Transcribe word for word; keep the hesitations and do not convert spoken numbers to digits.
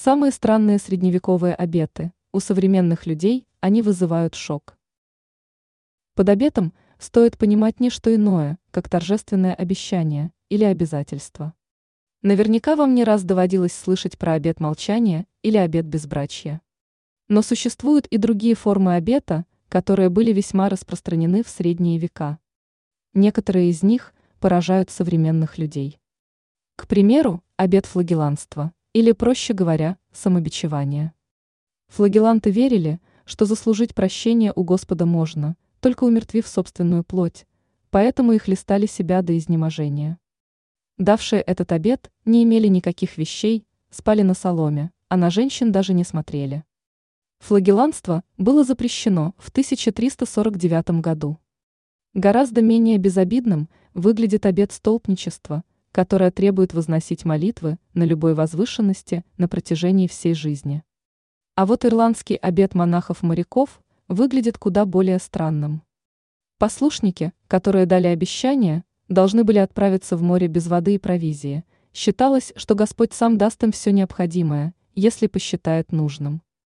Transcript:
Самые странные средневековые обеты. У современных людей они вызывают шок. Под обетом стоит понимать не что иное, как торжественное обещание или обязательство. Наверняка вам не раз доводилось слышать про обет молчания или обет безбрачия. Но существуют и другие формы обета, которые были весьма распространены в средние века. Некоторые из них поражают современных людей. К примеру, обет флагелланства, или, проще говоря, самобичевание. Флагелланты верили, что заслужить прощение у Господа можно, только умертвив собственную плоть, поэтому их листали себя до изнеможения. Давшие этот обет не имели никаких вещей, спали на соломе, а на женщин даже не смотрели. Флагелланство было запрещено в тысяча триста сорок девятом году. Гораздо менее безобидным выглядит обет столпничества, которое требует возносить молитвы на любой возвышенности на протяжении всей жизни. А вот ирландский обет монахов-моряков выглядит куда более странным. Послушники, которые дали обещание, должны были отправиться в море без воды и провизии. Считалось, что Господь сам даст им все необходимое, если посчитает нужным.